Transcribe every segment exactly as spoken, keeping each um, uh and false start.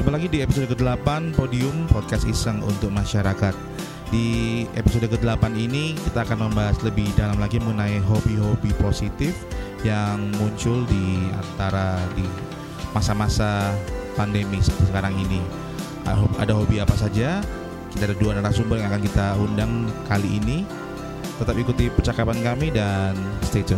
Jumpa lagi di episode kedelapan Podium Podcast Iseng untuk Masyarakat. Di episode kedelapan ini kita akan membahas lebih dalam lagi mengenai hobi-hobi positif yang muncul di antara di masa-masa pandemi seperti sekarang ini. Ada hobi apa saja? Kita ada dua narasumber yang akan kita undang kali ini. Tetap ikuti percakapan kami dan stay tune.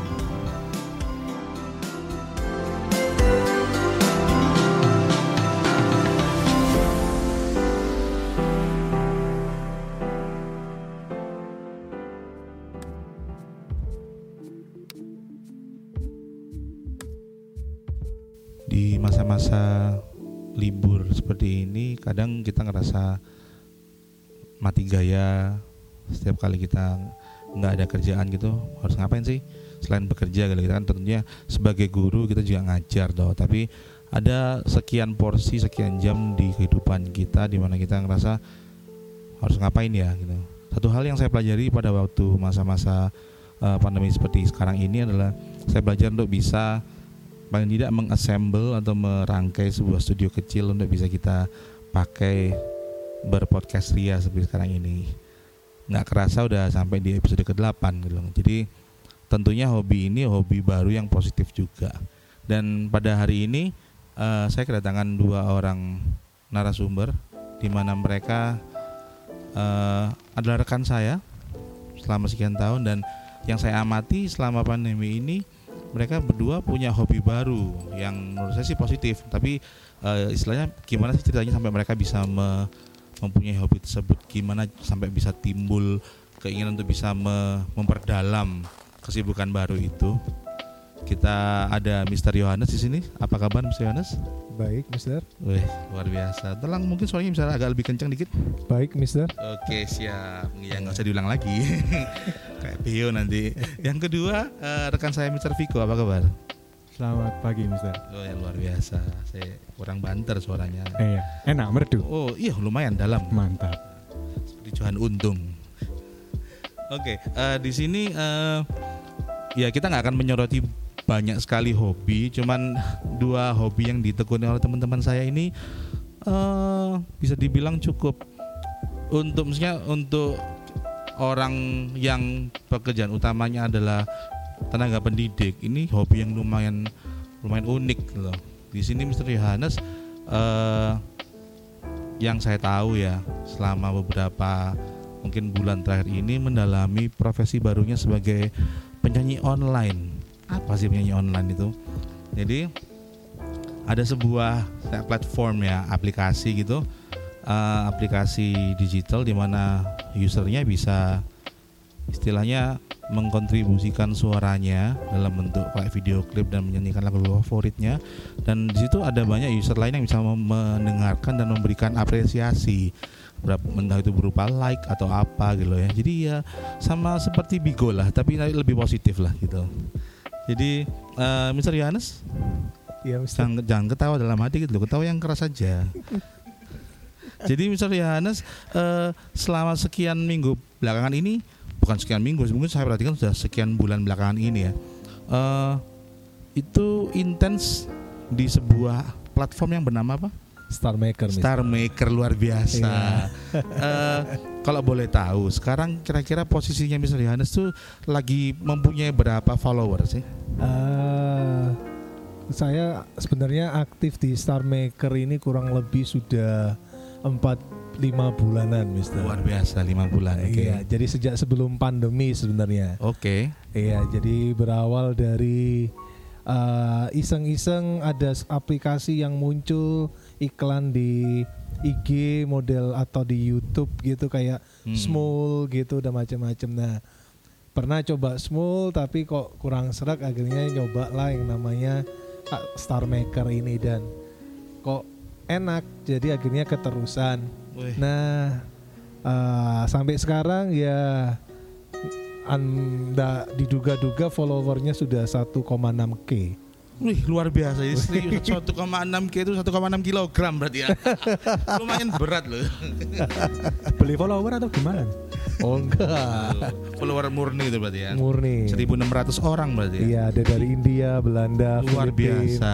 Di masa-masa libur seperti ini kadang kita ngerasa mati gaya. Setiap kali kita nggak ada kerjaan gitu, harus ngapain sih selain bekerja gitu. Kita kan tentunya sebagai guru kita juga ngajar toh, tapi ada sekian porsi, sekian jam di kehidupan kita di mana kita ngerasa harus ngapain ya gitu. Satu hal yang saya pelajari pada waktu masa-masa uh, pandemi seperti sekarang ini adalah saya belajar untuk bisa paling tidak mengassemble atau merangkai sebuah studio kecil untuk bisa kita pakai berpodcast ria seperti sekarang ini. Nggak kerasa udah sampai di episode kedelapan gitu. Jadi tentunya hobi ini hobi baru yang positif juga. Dan pada hari ini uh, saya kedatangan dua orang narasumber di mana mereka uh, adalah rekan saya selama sekian tahun, dan yang saya amati selama pandemi ini mereka berdua punya hobi baru yang menurut saya sih positif. Tapi uh, istilahnya gimana sih ceritanya sampai mereka bisa me, mempunyai hobi tersebut, gimana sampai bisa timbul keinginan untuk bisa me, memperdalam kesibukan baru itu. Kita ada mister Yohanes di sini. Apa kabar mister Yohanes? Baik, mister. Wih, luar biasa. Tolong mungkin suaranya bisa agak lebih kencang dikit. Baik, mister. Oke, siap. Ya nggak usah diulang lagi. Kayak Pio nanti. Yang kedua, uh, rekan saya mister Viko. Apa kabar? Selamat pagi, mister. Oh ya, luar biasa. Saya kurang banter suaranya. Eh, enak, merdu. Oh iya, lumayan dalam. Mantap. Seperti Johan Untung. Oke, uh, di sini uh, ya kita nggak akan menyoroti banyak sekali hobi, cuman dua hobi yang ditekuni oleh teman-teman saya ini uh, bisa dibilang cukup untuk, maksudnya untuk orang yang pekerjaan utamanya adalah tenaga pendidik. Ini hobi yang lumayan lumayan unik loh. Di sini mister Yohanes uh, yang saya tahu ya selama beberapa mungkin bulan terakhir ini mendalami profesi barunya sebagai penyanyi online. Apa sih penyanyi online itu? Jadi ada sebuah platform ya, aplikasi gitu, uh, aplikasi digital di mana usernya bisa istilahnya mengkontribusikan suaranya dalam bentuk kayak video klip dan menyanyikan lagu-lagu favoritnya, dan di situ ada banyak user lain yang bisa mendengarkan dan memberikan apresiasi, entah itu berupa like atau apa gitu ya. Jadi ya sama seperti Bigo lah, tapi lebih positif lah gitu. Jadi uh, mister Yohanes, ya, mister Jangan, jangan ketawa dalam hati gitu, ketawa yang keras saja. Jadi mister Yohanes uh, selama sekian minggu belakangan ini, bukan sekian minggu, mungkin saya perhatikan sudah sekian bulan belakangan ini ya, uh, itu intens di sebuah platform yang bernama apa? Star Maker. Star Maker, luar biasa. uh, kalau boleh tahu, sekarang kira-kira posisinya mister Yohanes tuh lagi mempunyai berapa follower sih? Uh, saya sebenarnya aktif di Star Maker ini kurang lebih sudah empat lima bulanan, mister. Luar biasa, lima bulan. Okay. Iya, jadi sejak sebelum pandemi sebenarnya. Oke. Okay. Iya, jadi berawal dari uh, iseng-iseng ada aplikasi yang muncul iklan di I G model atau di YouTube gitu kayak hmm. Small gitu, udah macam-macam. Nah, pernah coba Small tapi kok kurang serak, akhirnya nyoba lah yang namanya Star Maker ini dan kok enak, jadi akhirnya keterusan. Wih. Nah, uh, sampai sekarang ya anda diduga-duga followernya sudah satu koma enam K. Wih, luar biasa. satu koma enam K itu satu koma enam kilogram berarti ya. Lumayan berat loh. Beli follower atau gimana? Oh enggak. Follower murni itu berarti ya. Murni. seribu enam ratus orang berarti ya. Iya, ada dari India, Belanda, luar Filipina. biasa.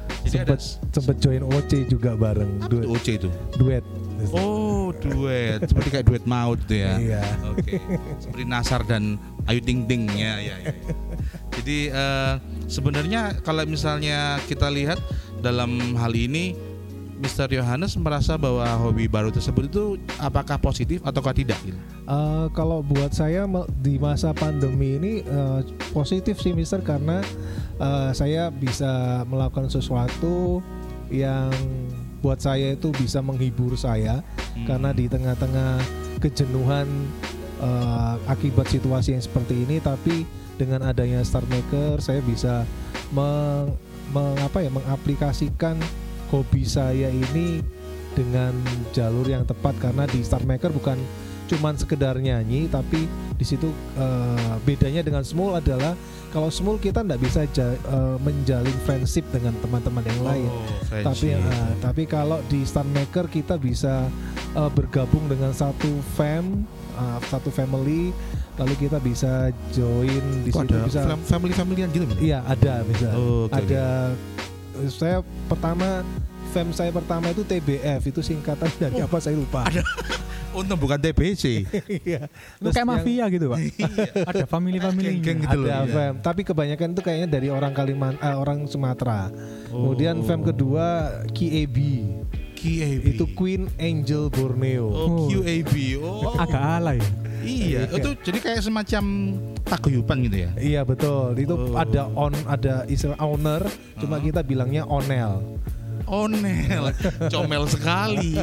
Jadi sempet, ada sempet join O C juga bareng. Du- O C itu. Duet. Oh, duet. Seperti kayak duet maut itu ya. Iya. Oke. Seperti Nasar dan Ayu Ting Ting ya, ya, ya. Jadi uh, sebenarnya kalau misalnya kita lihat dalam hal ini mister Yohanes merasa bahwa hobi baru tersebut itu apakah positif ataukah tidak? Uh, kalau buat saya di masa pandemi ini uh, positif sih mister, karena uh, saya bisa melakukan sesuatu yang buat saya itu bisa menghibur saya, hmm. karena di tengah-tengah kejenuhan uh, akibat situasi yang seperti ini, tapi dengan adanya Star Maker saya bisa meng, meng, apa ya, mengaplikasikan hobi saya ini dengan jalur yang tepat, karena di Star Maker bukan cuman sekedar nyanyi, tapi di situ uh, bedanya dengan Smule adalah kalau Smule kita nggak bisa ja, uh, menjalin friendship dengan teman-teman yang lain. Oh, tapi uh, tapi kalau di Star Maker kita bisa uh, bergabung dengan satu fam, uh, satu family, lalu kita bisa join di Kok situ, ada bisa family-familyan gitu. Iya, ada bisa. Oh, okay, ada okay. Saya pertama fam saya pertama itu T B F, itu singkatan dari oh, apa saya lupa. Ada. Untung bukan T B C. Iya. Itu kayak mafia gitu, Pak. Ada family-family gitu loh. Ada fam, tapi kebanyakan itu kayaknya dari orang Kalimantan, eh, orang Sumatera. Oh. Kemudian fam kedua Q A B. Q A B. Itu Queen Angel Borneo. Oh, Q A B. Oh. Agak alay. Iya, itu jadi kayak semacam paguyuban gitu ya. Iya, betul. Itu oh. ada on ada istilah owner, cuma uh-huh. kita bilangnya onel. Onel, comel sekali.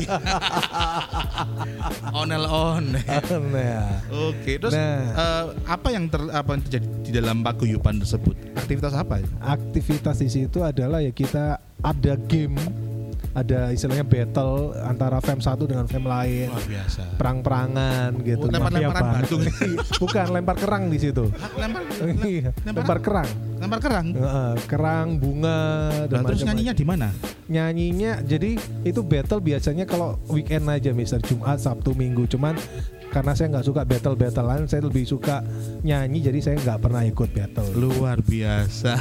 onel onel. Onel. Oke, terus nah, uh, apa yang ter, apa yang terjadi di dalam paguyuban tersebut? Aktivitas apa? Aktivitas di situ adalah ya kita ada game, ada istilahnya battle antara fam satu dengan fam lain. Luar biasa. Perang-perangan gitu. Oh, lempar-lemparan batu. Bukan, lempar kerang di situ. Lempar, lempar, lempar kerang. Lempar kerang. Uh, kerang, bunga dan nah, terus nyanyinya di mana? Nyanyinya jadi itu battle biasanya kalau weekend aja, mister Jumat, Sabtu, Minggu. Cuman karena saya nggak suka battle-battlean, saya lebih suka nyanyi, jadi saya nggak pernah ikut battle. Luar biasa.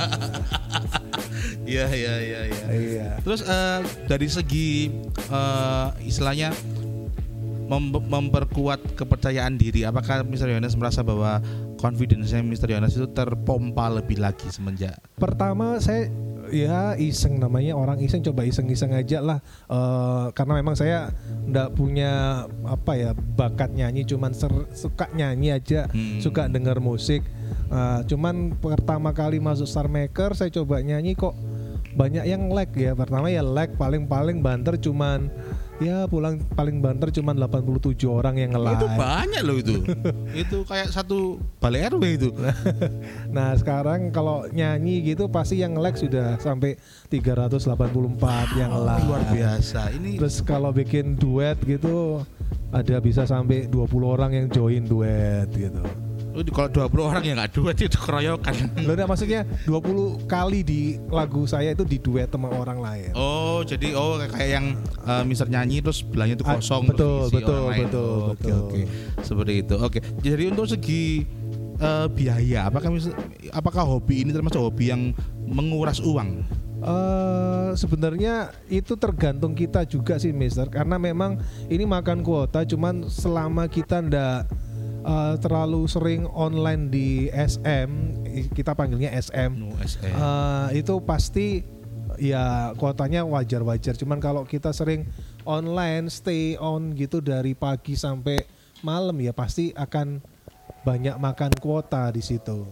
Iya iya iya iya. Iya. Terus uh, dari segi uh, istilahnya mem- memperkuat kepercayaan diri, apakah mister Yohanes merasa bahwa confidence-nya mister Yohanes itu terpompa lebih lagi semenjak? Pertama saya ya iseng, namanya orang iseng, coba iseng-iseng aja lah, uh, karena memang saya nggak punya apa ya bakat nyanyi, cuman ser- suka nyanyi aja, hmm. suka denger musik. Uh, cuman pertama kali masuk Star Maker saya coba nyanyi kok banyak yang lag ya. Pertama ya lag, paling-paling banter cuman ya pulang paling banter cuman delapan puluh tujuh orang yang nge-live. Itu banyak loh itu. Itu kayak satu balai R W itu. Nah sekarang kalau nyanyi gitu pasti yang lag sudah sampai tiga ratus delapan puluh empat yang live. Luar biasa. Ini terus kalau bikin duet gitu ada bisa sampai dua puluh orang yang join duet gitu. Oh, kalau dua puluh orang ya nggak duet, itu keroyokan. Loh, nah, maksudnya dua puluh kali di lagu saya itu di duet sama orang lain. Oh, jadi oh kayak yang uh, mister nyanyi terus belahnya itu kosong. Ah, betul, terus betul, orang betul, lain. Oh, betul. Oke, oke. Seperti itu. Oke. Jadi untuk segi uh, biaya, apakah apakah hobi ini termasuk hobi yang menguras uang? Uh, sebenarnya itu tergantung kita juga sih, mister. Karena memang ini makan kuota, cuman selama kita ndak Uh, terlalu sering online di S M, kita panggilnya S M, no, S M. Uh, itu pasti ya kuotanya wajar-wajar. Cuman kalau kita sering online, stay on gitu dari pagi sampai malam, ya pasti akan banyak makan kuota di situ.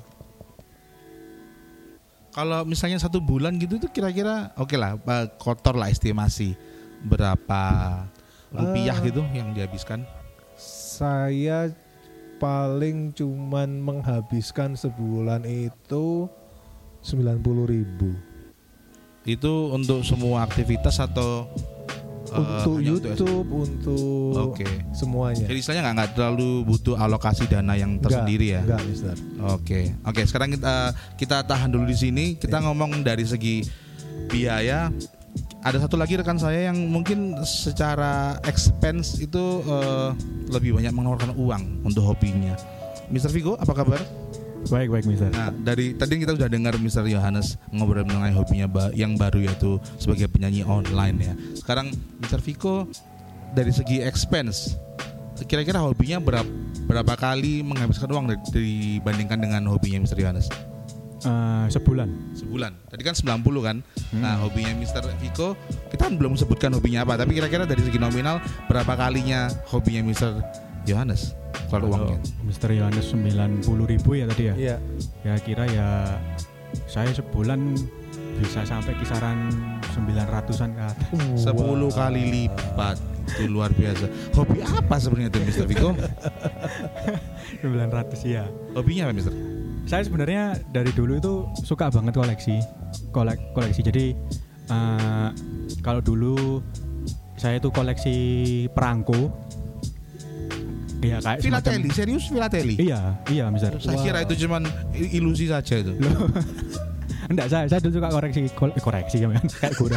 Kalau misalnya satu bulan gitu tuh kira-kira oke okay lah, kotor lah estimasi berapa rupiah uh, gitu yang dihabiskan? Saya paling cuman menghabiskan sebulan itu sembilan puluh ribu. Itu untuk semua aktivitas atau untuk uh, YouTube, untuk okay. semuanya. Jadi istilahnya nggak nggak terlalu butuh alokasi dana yang tersendiri ya? Enggak, Mister. Oke, okay. oke. Okay, sekarang kita kita tahan dulu di sini. Kita yeah. ngomong dari segi biaya. Ada satu lagi rekan saya yang mungkin secara expense itu uh, lebih banyak mengeluarkan uang untuk hobinya. mister Vigo, apa kabar? Baik, baik, Mister. Nah, dari tadi kita sudah dengar Mister Yohanes ngobrol mengenai hobinya ba- yang baru yaitu sebagai penyanyi online ya. Sekarang Mister Viko dari segi expense, kira-kira hobinya berapa, berapa kali menghabiskan uang dari- dibandingkan dengan hobinya Mister Yohanes? Uh, sebulan. Sebulan. Tadi kan sembilan puluh kan. Hmm. Nah, hobinya Mister Viko, kita belum sebutkan hobinya apa, tapi kira-kira dari segi nominal berapa kalinya hobinya Mister Yohanes kalau uangnya? Mister Yohanes sembilan puluh ribu ya tadi ya. Iya. Ya kira ya saya sebulan bisa sampai kisaran sembilan ratusan ke atas. sepuluh kali lipat. Itu luar biasa. Hobi apa sebenarnya itu Mister Viko? sembilan ratus ya. Hobinya apa Mister? Saya sebenarnya dari dulu itu suka banget koleksi, kolek, koleksi. Jadi uh, kalau dulu saya itu koleksi perangko. Iya kayak Filateli, serius filateli? Iya, iya Mister. Saya kira itu cuman ilusi saja itu. Loh. Enggak, saya saya dulu suka koreksi kol- koreksi ya, kayak gurah.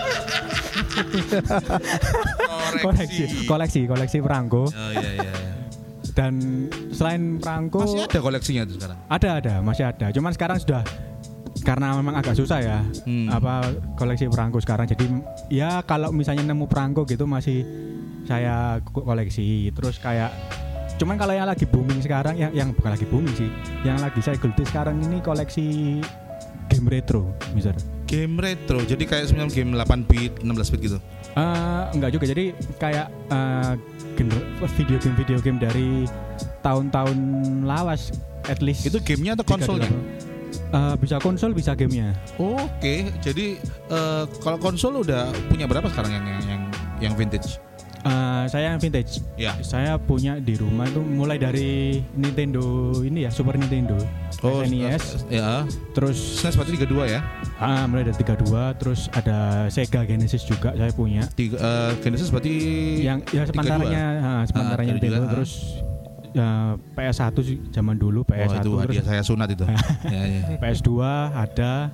koleksi, koleksi, koleksi perangko. Oh iya iya. iya. Dan selain perangko Masih ada koleksinya tuh sekarang? Ada, ada, masih ada. Cuman sekarang sudah karena memang agak susah ya, hmm. apa koleksi perangko sekarang. Jadi ya kalau misalnya nemu perangko gitu masih saya koleksi. Terus kayak cuman kalau yang lagi booming sekarang, yang yang bukan lagi booming sih, yang lagi saya geluti sekarang ini koleksi game retro, Mister. Game retro, jadi kayak semacam game delapan bit, enam belas bit gitu? Uh, enggak juga, jadi kayak uh, gener- video game video game dari tahun-tahun lawas, at least. Itu gamenya atau konsolnya? Uh, bisa konsol, bisa gamenya. Oh, Oke, okay. Jadi uh, kalau konsol udah punya berapa sekarang yang yang yang, yang vintage? Uh, saya yang vintage. Ya. Saya punya di rumah itu mulai dari Nintendo ini ya, Super Nintendo. Oh, S N E S. Uh, ya. Terus S N E S berarti tiga puluh dua ya? Ah, mulai dari tiga puluh dua, terus ada Sega Genesis juga saya punya. Tiga, uh, Genesis berarti yang ya sepantaranya, ha, sepantaranya ah, Nintendo juga, terus uh, P S satu sih zaman dulu P S satu. Oh, itu hadiah saya sunat itu. ya, ya. P S dua ada,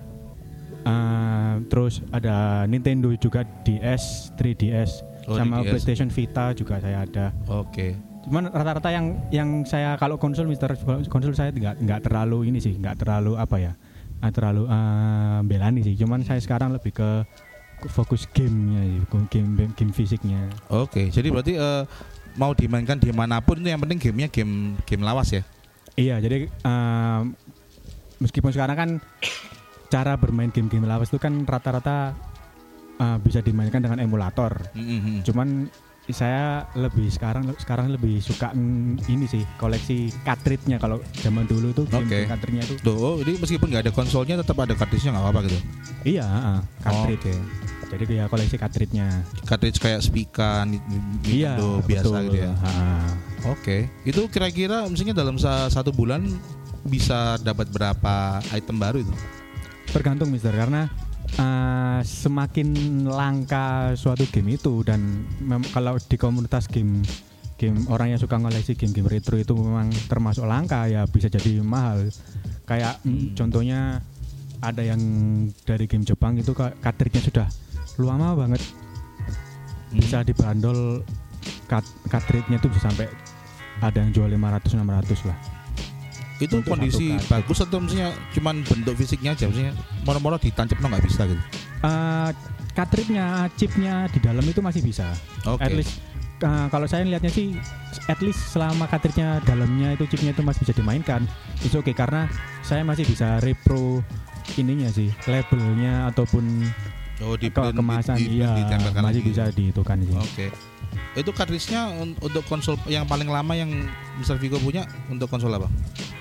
uh, terus ada Nintendo juga D S, tiga D S, oh, sama D S. PlayStation Vita juga saya ada. Oke. Okay. Cuman rata-rata yang yang saya kalau konsol Mister konsol saya nggak nggak terlalu ini sih, nggak terlalu apa ya, nggak terlalu uh, belani sih. Cuman saya sekarang lebih ke fokus gamenya, game game, game fisiknya. Oke, okay. Jadi berarti uh, mau dimainkan dimanapun itu yang penting gamenya game game lawas ya? Iya, jadi uh, meskipun sekarang kan cara bermain game-game lawas itu kan rata-rata uh, bisa dimainkan dengan emulator. Mm-hmm. Cuman saya lebih sekarang sekarang lebih suka mm, ini sih, koleksi cartridge-nya. Kalau zaman dulu tuh game okay. cartridge-nya itu. Tuh, oh, jadi meskipun nggak ada konsolnya tetap ada cartridge-nya nggak apa-apa gitu? Iya, uh, cartridge. Oh, okay. Jadi ya koleksi cartridge-nya. Cartridge kayak Spica, Nintendo iya, biasa betul. Gitu ya. Oke. Okay. Itu kira-kira misalnya dalam satu bulan bisa dapat berapa item baru itu? Tergantung Mister, karena uh, semakin langka suatu game itu, dan mem- kalau di komunitas game game orang yang suka ngoleksi game-game retro itu memang termasuk langka, ya bisa jadi mahal. Kayak hmm. contohnya ada yang dari game Jepang itu cartridge-nya sudah lama banget, bisa dibandol cartridge-nya itu bisa sampai ada yang jual lima ratus enam ratus lah. Itu untuk kondisi bagus atau misalnya cuman bentuk fisiknya aja, misalnya moro-moro ditancap nggak bisa gitu? Uh, cartridge-nya, chipnya di dalam itu masih bisa. Okay. At least uh, kalau saya lihatnya sih, at least selama cartridge-nya dalamnya itu chipnya itu masih bisa dimainkan, itu oke okay, karena saya masih bisa repro ininya sih, labelnya ataupun oh, di ke- kemasan di, di, iya masih bisa dihitungkan sih. Oke. Okay. Itu cartridge-nya untuk konsol yang paling lama yang Mister Viko punya untuk konsol apa?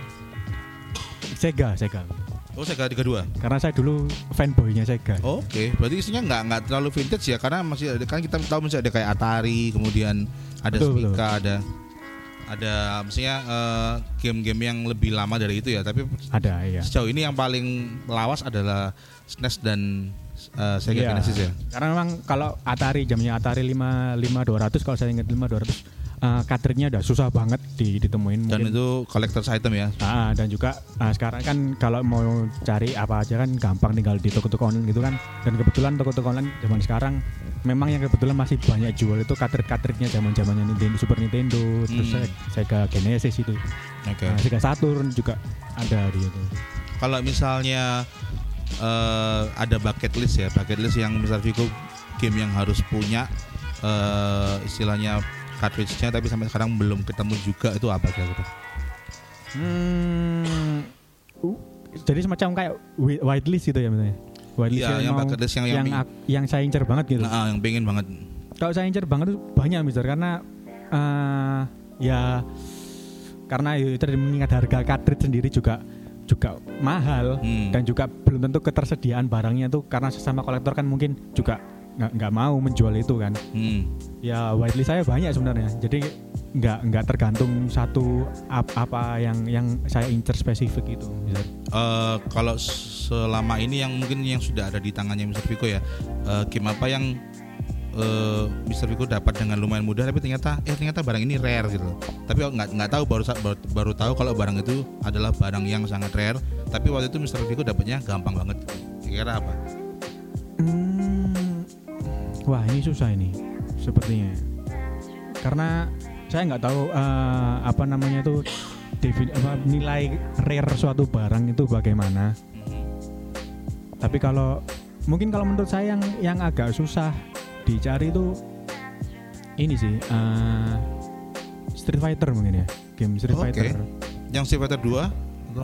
Sega, Sega. Oh, Sega tiga puluh dua. Karena saya dulu fanboy-nya Sega. Oh, Oke, okay. Berarti isinya nggak nggak terlalu vintage ya, karena masih ada, kan kita tahu masih ada kayak Atari, kemudian ada Spica, ada ada misalnya uh, game-game yang lebih lama dari itu ya, tapi ada iya. Sejauh ini yang paling lawas adalah S N E S dan uh, Sega iya. Genesis ya. Karena memang kalau Atari, jamnya Atari lima lima dua ratus, kalau saya ingat lima dua ratus uh, cartridge-nya udah susah banget di, ditemuin. Dan mungkin. itu collector's item ya. Ah, dan juga uh, sekarang kan kalau mau cari apa aja kan gampang, tinggal di toko-toko online gitu kan. Dan kebetulan toko-toko online zaman sekarang memang yang kebetulan masih banyak jual itu cartridge-cartridge-nya zaman-zamannya Nintendo, Super Nintendo, hmm. terus Sega Genesis itu. Okay. Nah, Sega Saturn juga ada di itu. Kalau misalnya uh, ada bucket list ya, bucket list yang mister Viko game yang harus punya uh, istilahnya cartridge-nya tapi sampai sekarang belum ketemu juga, itu apa kira-kira? Hmm, uh, jadi semacam kayak whitelist gitu ya misalnya. Whitelist ya, yang, yang bucket list yang yang, yang, yang saya incer banget gitu. Nah, yang pengen banget. Kalau saya incer banget itu banyak mister karena uh, ya karena itu mengingat harga cartridge sendiri juga juga mahal hmm. dan juga belum tentu ketersediaan barangnya tuh karena sesama kolektor kan mungkin juga nggak nggak mau menjual itu kan. Hmm. Ya whitelist saya banyak sebenarnya. Jadi nggak nggak tergantung satu ap, apa yang yang saya incer spesifik itu. Uh, kalau selama ini yang mungkin yang sudah ada di tangannya mister Viko ya, uh, game apa yang uh, mister Viko dapat dengan lumayan mudah tapi ternyata eh ternyata barang ini rare gitu. Tapi nggak nggak tahu baru, baru baru tahu kalau barang itu adalah barang yang sangat rare. Tapi waktu itu mister Viko dapatnya gampang banget. Kira-kira apa? Hmm, wah ini susah ini sepertinya. Karena saya nggak tahu uh, apa namanya itu defin, apa, nilai rare suatu barang itu bagaimana. Tapi kalau mungkin kalau menurut saya yang yang agak susah dicari itu ini sih uh, Street Fighter mungkin ya, game Street oh, Fighter. Okay. Yang Street Fighter dua atau?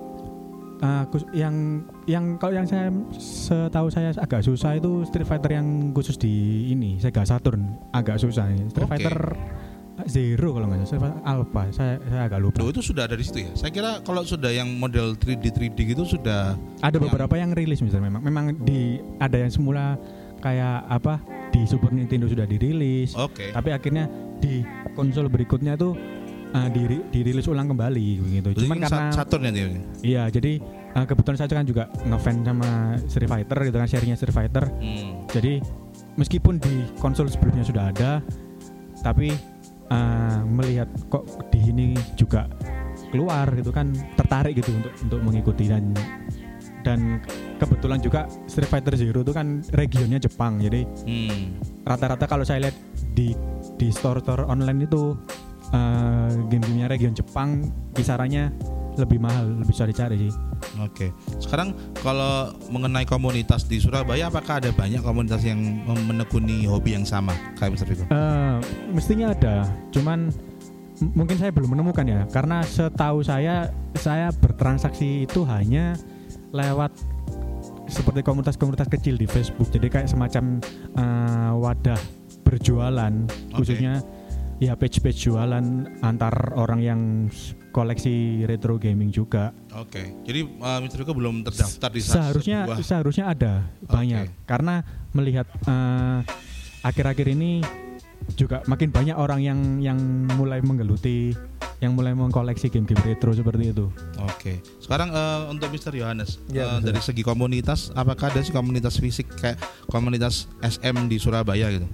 Uh, yang yang kalau yang saya setahu saya agak susah itu Street Fighter yang khusus di ini Sega Saturn agak susah ini. Street okay. Fighter Zero kalau nggak salah, Alpha saya saya agak lupa. Loh, itu sudah ada di situ ya? Saya kira kalau sudah yang model tiga D tiga D gitu sudah ada beberapa yang, yang rilis misalnya memang memang di ada yang semula kayak apa di Super Nintendo sudah dirilis. Okay. Tapi akhirnya di konsol berikutnya tuh uh, diri, dirilis ulang kembali begitu. Jadi cuman karena Saturn ya dia. Iya, jadi uh, kebetulan saya kan juga ngefans sama Street Fighter gitu kan, serinya Street Fighter. Hmm. Jadi meskipun di konsol sebelumnya sudah ada, tapi uh, melihat kok di ini juga keluar gitu kan, tertarik gitu untuk untuk mengikuti dan dan kebetulan juga Street Fighter Zero itu kan regionnya Jepang, jadi hmm. rata-rata kalau saya lihat di di store-store online itu uh, game-gamenya region Jepang kisarannya lebih mahal, lebih susah dicari sih. Oke. Sekarang kalau mengenai komunitas di Surabaya, apakah ada banyak komunitas yang menekuni hobi yang sama kayak mister Viko? Uh, mestinya ada, cuman m- mungkin saya belum menemukan ya, karena setahu saya saya bertransaksi itu hanya lewat seperti komunitas-komunitas kecil di Facebook, jadi kayak semacam uh, wadah berjualan, okay. khususnya ya page-page jualan antar orang yang koleksi retro gaming juga. Oke, okay. Jadi uh, mister Viko belum terdaftar di seharusnya sebuah... seharusnya ada banyak, okay. Karena melihat uh, akhir-akhir ini juga makin banyak orang yang yang mulai menggeluti, yang mulai mengkoleksi game-game retro seperti itu. Oke. Okay. Sekarang uh, untuk mister Yohanes, ya, uh, dari segi komunitas, apakah ada sih komunitas fisik kayak komunitas S M di Surabaya gitu?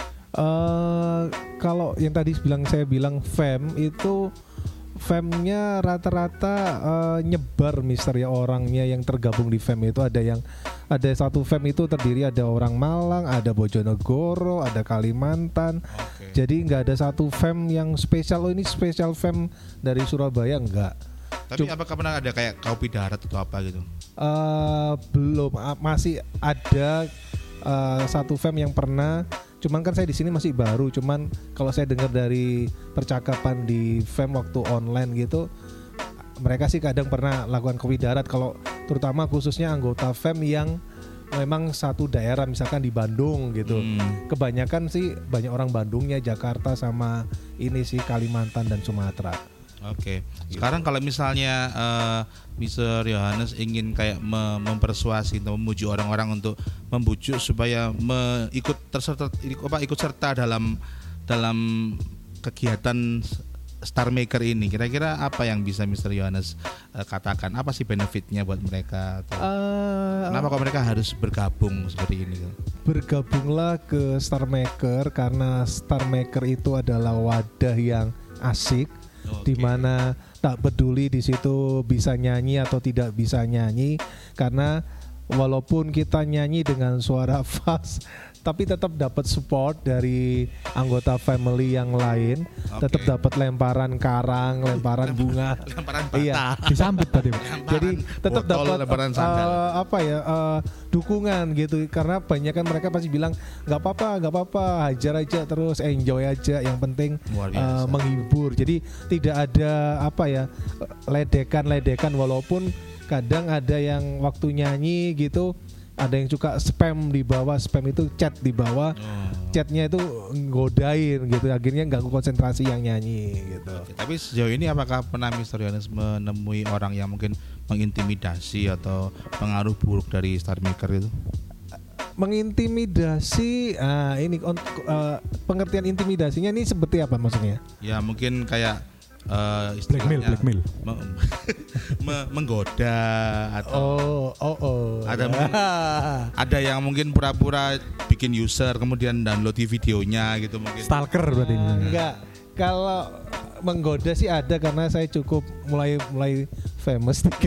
Uh, kalau yang tadi bilang saya bilang fam itu famnya rata-rata uh, nyebar mister ya, orangnya yang tergabung di fam itu ada yang ada satu fam itu terdiri ada orang Malang, ada Bojonegoro, ada Kalimantan. Okay. Jadi nggak ada satu fam yang spesial. Oh ini spesial fam dari Surabaya, enggak. Tapi Cuk- apakah pernah ada kayak kopi darat atau apa gitu? Uh, belum, masih ada uh, satu fam yang pernah. Cuman kan saya di sini masih baru. Cuman kalau saya dengar dari percakapan di fam waktu online gitu, mereka sih kadang pernah lakukan kopi darat. Kalau terutama khususnya anggota fam yang memang satu daerah, misalkan di Bandung gitu. Hmm. Kebanyakan sih banyak orang Bandungnya, Jakarta sama ini sih Kalimantan dan Sumatera. Oke. Sekarang kalau misalnya uh, mister Yohanes ingin kayak me- mempersuasi atau memujuk orang-orang untuk membujuk supaya me- ikut terserta apa ikut serta dalam dalam kegiatan Star Maker ini kira-kira apa yang bisa mister Yohanes uh, katakan? Apa sih benefitnya buat mereka? Atau Uh, kenapa kok mereka harus bergabung seperti ini? Bergabunglah ke Star Maker karena Star Maker itu adalah wadah yang asik, Oke. di mana tak peduli di situ bisa nyanyi atau tidak bisa nyanyi, karena walaupun kita nyanyi dengan suara fals tapi tetap dapat support dari anggota family yang lain, Oke. tetap dapat lemparan karang, lemparan bunga, Lemparan bata. iya. Disambut tadi. Jadi tetap botol, dapat lemparan uh, sandal. apa ya uh, dukungan gitu, karena banyak kan mereka pasti bilang nggak apa-apa, nggak apa-apa, hajar aja terus, enjoy aja, yang penting Luar uh, biasa. menghibur. Jadi tidak ada apa ya ledekan-ledekan, walaupun kadang ada yang waktu nyanyi gitu ada yang suka spam di bawah, spam itu chat di bawah, Oh. chatnya itu nggodain gitu, akhirnya ganggu konsentrasi yang nyanyi gitu. Oke, tapi sejauh ini apakah pernah mister Yohanes menemui orang yang mungkin mengintimidasi atau pengaruh buruk dari Star Maker itu? Mengintimidasi, ah, ini on- uh, pengertian intimidasinya ini seperti apa maksudnya? Ya mungkin kayak uh, Blackmail, istilahnya blackmail. me- me- menggoda atau Oh, oh, oh. Ada mungkin- ada yang mungkin pura-pura bikin user kemudian download di videonya gitu mungkin. Stalker berarti ini. Enggak. Kalau menggoda sih ada, karena saya cukup mulai mulai famous dikit.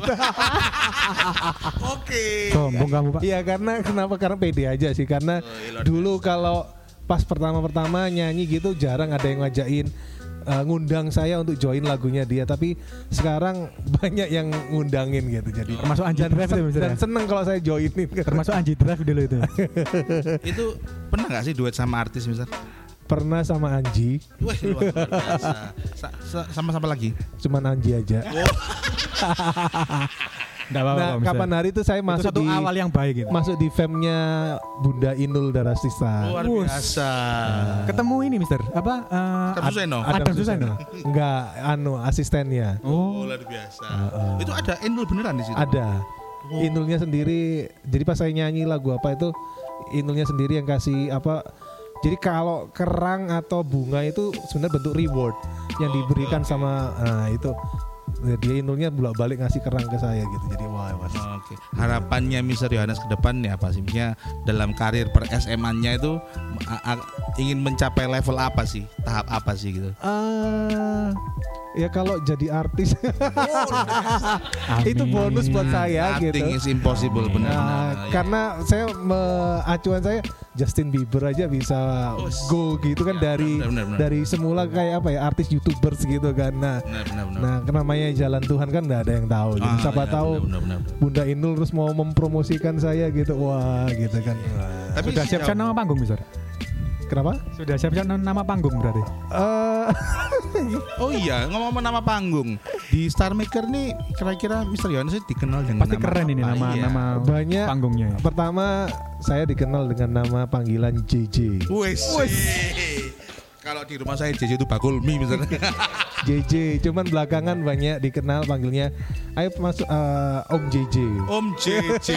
Oke. Sombong kamu, Pak. Iya, karena kenapa? Karena pede aja sih, karena Oh, iya, luar dulu kalau pas pertama-pertama nyanyi gitu jarang ada yang ngajakin uh, ngundang saya untuk join lagunya dia, tapi sekarang banyak yang ngundangin gitu. Jadi Termasuk Anji dan, Drive itu, Mister, dan ya? seneng kalau saya joinin. Termasuk Anji Drive dulu itu. Itu pernah nggak sih duet sama artis misalnya? Pernah sama Anji, Wah luar biasa. Sa- sa- sama-sama lagi. cuman Anji aja. Enggak apa-apa, Nah, Mister. kapan hari itu saya Itu masuk satu di awal yang baik gitu. masuk di famnya Bunda Inul Daratista. Luar Wus. biasa. Ketemu ini, Mister. Apa? eh, Ketemu Suseno? Ad- Adam Suseno. Enggak, anu asistennya. Oh, Oh, luar biasa. Uh-uh. Itu ada Inul beneran di situ. Ada. Oh. Inulnya sendiri. Jadi pas saya nyanyi lagu apa itu, Inulnya sendiri yang kasih apa. Jadi kalau kerang atau bunga itu sebenarnya bentuk reward yang Oh, diberikan oke. sama nah, itu. Dia Inulnya bolak-balik ngasih kerang ke saya gitu. Jadi wah, mas. Oke. Harapannya mister Yohanes ke depannya apa sih? Misalnya dalam karir per S M A-nya itu a- a- ingin mencapai level apa sih? Tahap apa sih gitu? Ah, ya kalau jadi artis amin. itu bonus buat saya gitu. Nothing is impossible Amin. benar. Nah, karena saya me- acuan saya Justin Bieber aja bisa Us. go gitu kan, Ya, dari benar, benar, benar. dari semula kayak apa ya, artis YouTubers gitu kan. Nah, benar benar benar. nah namanya jalan Tuhan kan nggak ada yang tahu. Jadi Ah, siapa ya, tahu benar, benar, benar. Bunda Inul terus mau mempromosikan saya gitu, wah gitu kan. Wah. Tapi Sudah siapkan sejauh- nama panggung, Mister? Kenapa? Sudah siapkan nama panggung berarti. Eh, Oh iya, ngomong nama panggung di Star Maker nih, kira-kira mister Yohanes itu dikenal dengan Pasti nama keren ini apa? nama Iya. nama banyak. panggungnya. Ya. Pertama saya dikenal dengan nama panggilan J J. Wes. Kalau di rumah saya J J itu Bakulmi misalnya. J J, cuman belakangan banyak dikenal panggilnya, ayo masuk eh, Om J J. Om J J.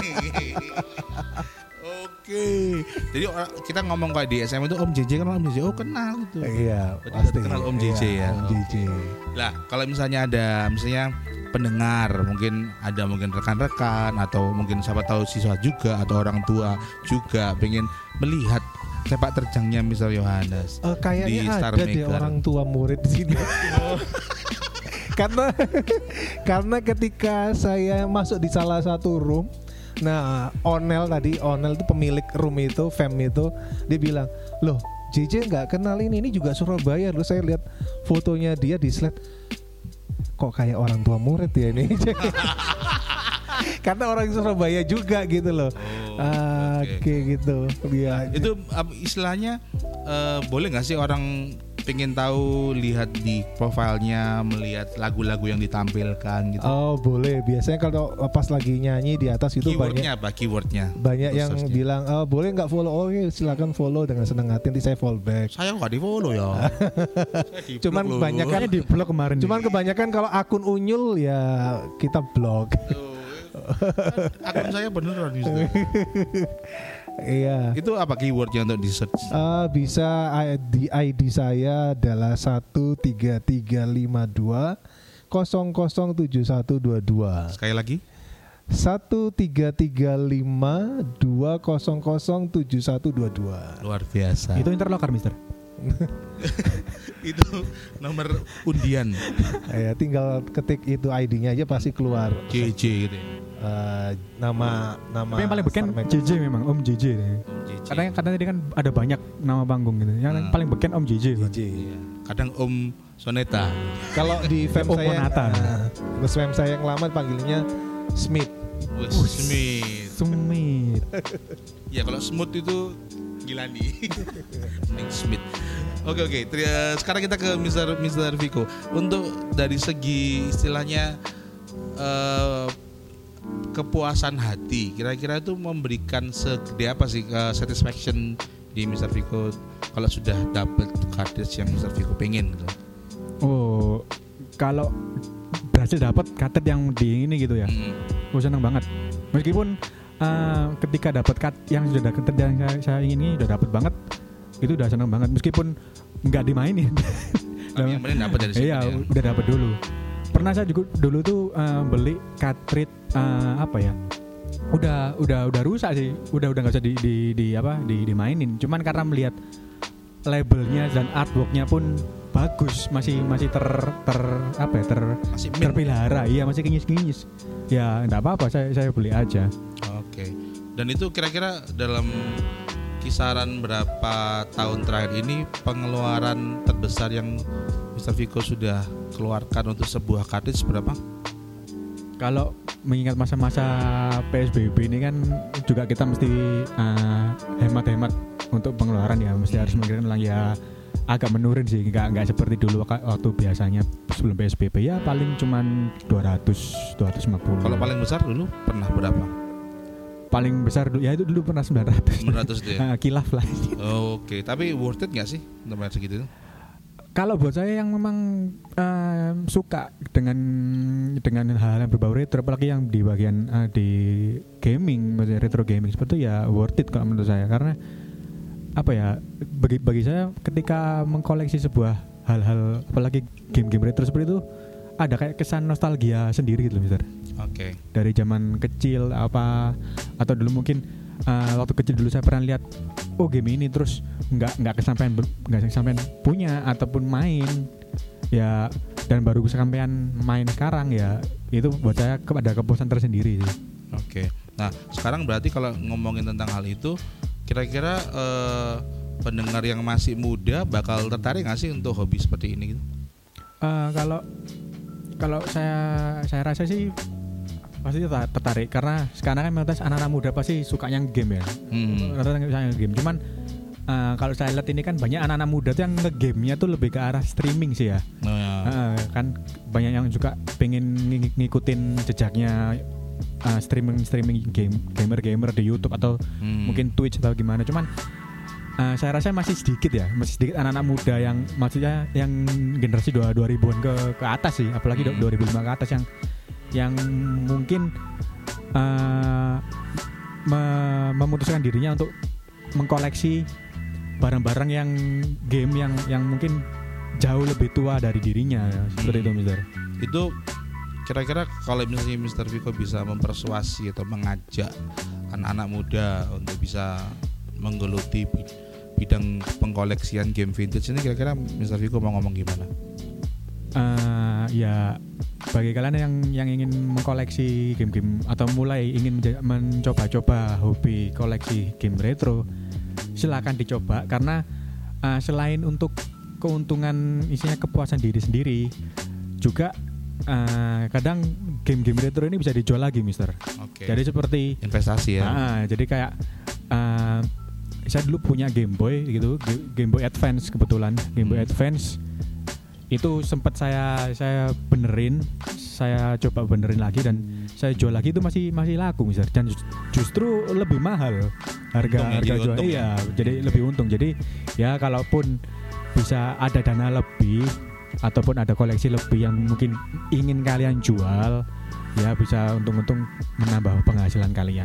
Oke. Jadi orang- kita ngomong kayak di S M itu Om J J kan Om J J. Oh kenal itu. Iya, Berarti pasti. kenal Om J J Iya, ya? Om J J. Lah, kalau misalnya ada misalnya pendengar, mungkin ada mungkin rekan-rekan atau mungkin siapa tahu siswa juga atau orang tua juga pengen melihat sepak terjangnya mister Yohanes. Eh, kayaknya Di Star ada deh Maker. orang tua murid di sini. karena karena ketika saya masuk di salah satu room, nah Onel tadi, Onel itu pemilik room itu, fam itu, dia bilang, loh J J nggak kenal ini, ini juga Surabaya. Lalu saya lihat fotonya dia di slide, kok kayak orang tua murid ya ini. Karena orang Surabaya juga gitu loh. Oh, Ah, oke. Oke gitu. Dia Itu um, istilahnya eh, boleh nggak sih orang pengen tahu lihat di profilnya, melihat lagu-lagu yang ditampilkan gitu? Oh boleh, biasanya kalau pas lagi nyanyi di atas itu banyak Keywordnya apa? Keywordnya? banyak Untuk yang search-nya. bilang, oh, boleh nggak follow? Oke, silakan follow dengan senang hati, nanti saya follow back. Saya nggak di follow ya. Saya di Cuman block loh. kebanyakan Kayaknya di blog kemarin. Cuman kebanyakan kalau akun unyul ya kita blog. Tuh, akun saya beneran mister. Iya. Itu apa keywordnya untuk di search? Uh, bisa di I D saya adalah satu tiga tiga lima dua nol nol tujuh satu dua dua. Sekali lagi. satu tiga tiga lima dua nol nol tujuh satu dua dua. Luar biasa. Itu interlocker, Mister. Itu nomor undian. Ya, tinggal ketik itu I D-nya aja pasti keluar. J J gitu ya. Uh, nama nama. Tapi yang paling beken J J memang Om J J. Om J J. Kadang kadang tadi kan ada banyak nama panggung gitu. Yang Hmm. paling beken Om J J. J J. Iya. Kadang Om Soneta. Kalau di fam Om saya, Monata. uh, fam saya yang lama panggilnya Smith. Wih, Smith. Smith. Ya kalau smooth itu gila nih. Mending Smith. Oke oke. Tri- uh, sekarang kita ke Mister Mister Viko. Untuk dari segi istilahnya uh, kepuasan hati, kira-kira itu memberikan segede apa sih uh, satisfaction di Mister Viko kalau sudah dapat cartridge yang Mister Viko pengen gitu. Oh, kalau berhasil dapat kartet yang di ini gitu ya. Hmm. Gue seneng banget. Meskipun uh, ketika dapat cut yang sudah dapat yang saya, saya ingin ini udah dapat banget, itu udah seneng banget. Meskipun nggak dimainin. Tapi yang penting dapat dari situ. Iya, ya. udah dapat dulu. Pernah saya juga dulu tuh uh, beli cartridge uh, apa ya? Udah udah udah rusak sih. Udah udah nggak usah di, di, di apa di dimainin. Cuman karena melihat labelnya dan artworknya pun bagus, masih masih ter ter apa ya ter Masih mint. terpelihara, iya masih kinyis-kinyis. Ya enggak apa-apa, saya saya beli aja. Oke. Dan itu kira-kira dalam kisaran berapa tahun terakhir ini pengeluaran terbesar yang Mister Viko sudah keluarkan untuk sebuah cartridge berapa? Kalau mengingat masa-masa P S B B ini kan juga kita mesti uh, hemat-hemat untuk pengeluaran ya, mesti harus mengirim lagi ya. Agak menurun sih, nggak nggak seperti dulu waktu biasanya sebelum P S B B ya paling cuman dua ratus dua ratus lima puluh. Kalau paling besar dulu pernah berapa? Paling besar dulu ya itu dulu pernah sembilan ratus. sembilan ratus itu ya. Kilaf lah. Oke, tapi worth it nggak sih untuk bayar segitu? Kalau buat saya yang memang um, suka dengan dengan hal-hal yang berbau retro, apalagi yang di bagian uh, di gaming, maksudnya retro gaming seperti itu ya worth it kalau menurut saya, karena apa ya, bagi bagi saya ketika mengkoleksi sebuah hal-hal apalagi game-game retro seperti itu ada kayak kesan nostalgia sendiri gitu loh, Mister. Oke. Okay. Dari zaman kecil apa atau dulu mungkin uh, waktu kecil dulu saya pernah lihat oh game ini terus nggak nggak kesampaian nggak kesampaian punya ataupun main ya, dan baru kesampaian main sekarang ya, itu buat saya ada kepuasan tersendiri sih. Oke. Okay. Nah sekarang berarti kalau ngomongin tentang hal itu, kira-kira eh, pendengar yang masih muda bakal tertarik nggak sih untuk hobi seperti ini gitu? Uh, kalau kalau saya saya rasa sih pasti tertarik, karena sekarang kan mayoritas anak-anak muda pasti sukanya game ya. Hmm. Rata-rata sukanya game. Cuman uh, kalau saya lihat ini kan banyak anak-anak muda tuh yang nge-game-nya tuh lebih ke arah streaming sih ya. Oh, ya. Uh, kan banyak yang juga pengen ng- ngikutin jejaknya uh, streaming streaming game gamer-gamer di YouTube atau Hmm. mungkin Twitch atau gimana. Cuman uh, saya rasa masih sedikit ya, masih sedikit anak-anak muda yang maksudnya yang generasi dua ribuan ke ke atas sih, apalagi Hmm. dua ribu lima ke atas yang yang mungkin uh, me- memutuskan dirinya untuk mengkoleksi barang-barang yang game yang yang mungkin jauh lebih tua dari dirinya ya. Seperti itu, Mister. Itu kira-kira kalau misalnya Mister Viko bisa mempersuasi atau mengajak anak-anak muda untuk bisa menggeluti bidang pengkoleksian game vintage ini, kira-kira Mister Viko mau ngomong gimana? Uh, ya bagi kalian yang yang ingin mengkoleksi game-game atau mulai ingin menja- mencoba-coba hobi koleksi game retro, silakan dicoba, karena uh, selain untuk keuntungan isinya kepuasan diri sendiri, juga uh, kadang game-game retro ini bisa dijual lagi, Mister. Oke. Jadi seperti Investasi ya. uh, jadi kayak uh, saya dulu punya Game Boy gitu, Game Boy Advance kebetulan, Game Boy Hmm. Advance itu sempat saya saya benerin, saya coba benerin lagi dan saya jual lagi, itu masih masih laku, Mister. Dan justru lebih mahal harga Untung ya, harga jadi jual. untung Iya, ya. jadi lebih untung. Jadi ya kalaupun bisa ada dana lebih ataupun ada koleksi lebih yang mungkin ingin kalian jual, ya bisa untung-untung menambah penghasilan kalian.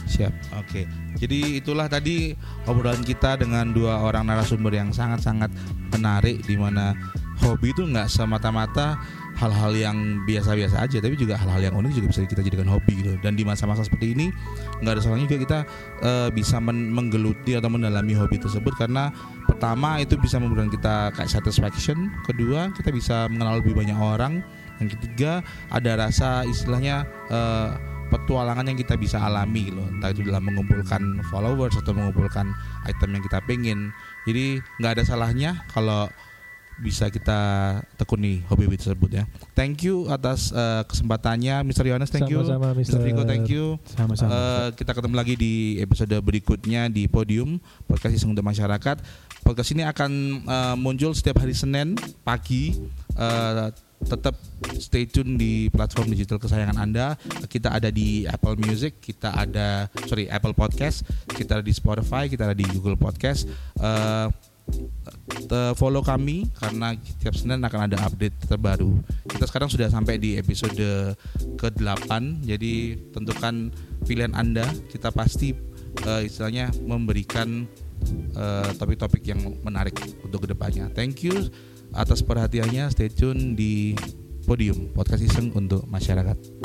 Siap. Oke. Jadi itulah tadi obrolan kita dengan dua orang narasumber yang sangat-sangat menarik, di mana hobi itu nggak semata-mata hal-hal yang biasa-biasa aja, tapi juga hal-hal yang unik juga bisa kita jadikan hobi gitu. Dan di masa-masa seperti ini nggak ada salahnya juga kita uh, bisa men- menggeluti atau mendalami hobi tersebut, karena pertama itu bisa memberikan kita kayak satisfaction, kedua kita bisa mengenal lebih banyak orang, yang ketiga ada rasa istilahnya uh, petualangan yang kita bisa alami gitu, entah itu dalam mengumpulkan followers atau mengumpulkan item yang kita pengen. Jadi nggak ada salahnya kalau bisa kita tekuni hobi-hobi tersebut ya. Thank you atas uh, kesempatannya Mister Yohanes, thank you. Sama-sama, Mister Mister Viko, thank you. Sama-sama. Uh, kita ketemu lagi di episode berikutnya di Podium Podcast Iseng untuk Masyarakat. Podcast ini akan uh, muncul setiap hari Senin pagi. Uh, tetap stay tune di platform digital kesayangan Anda. Kita ada di Apple Music, kita ada sorry Apple Podcast, kita ada di Spotify, kita ada di Google Podcast. Uh, follow kami karena setiap Senin akan ada update terbaru. Kita sekarang sudah sampai di episode kedelapan, jadi tentukan pilihan Anda. Kita pasti uh, istilahnya memberikan uh, topik-topik yang menarik untuk kedepannya. Thank you atas perhatiannya. Stay tune di Podium Podcast Iseng untuk Masyarakat.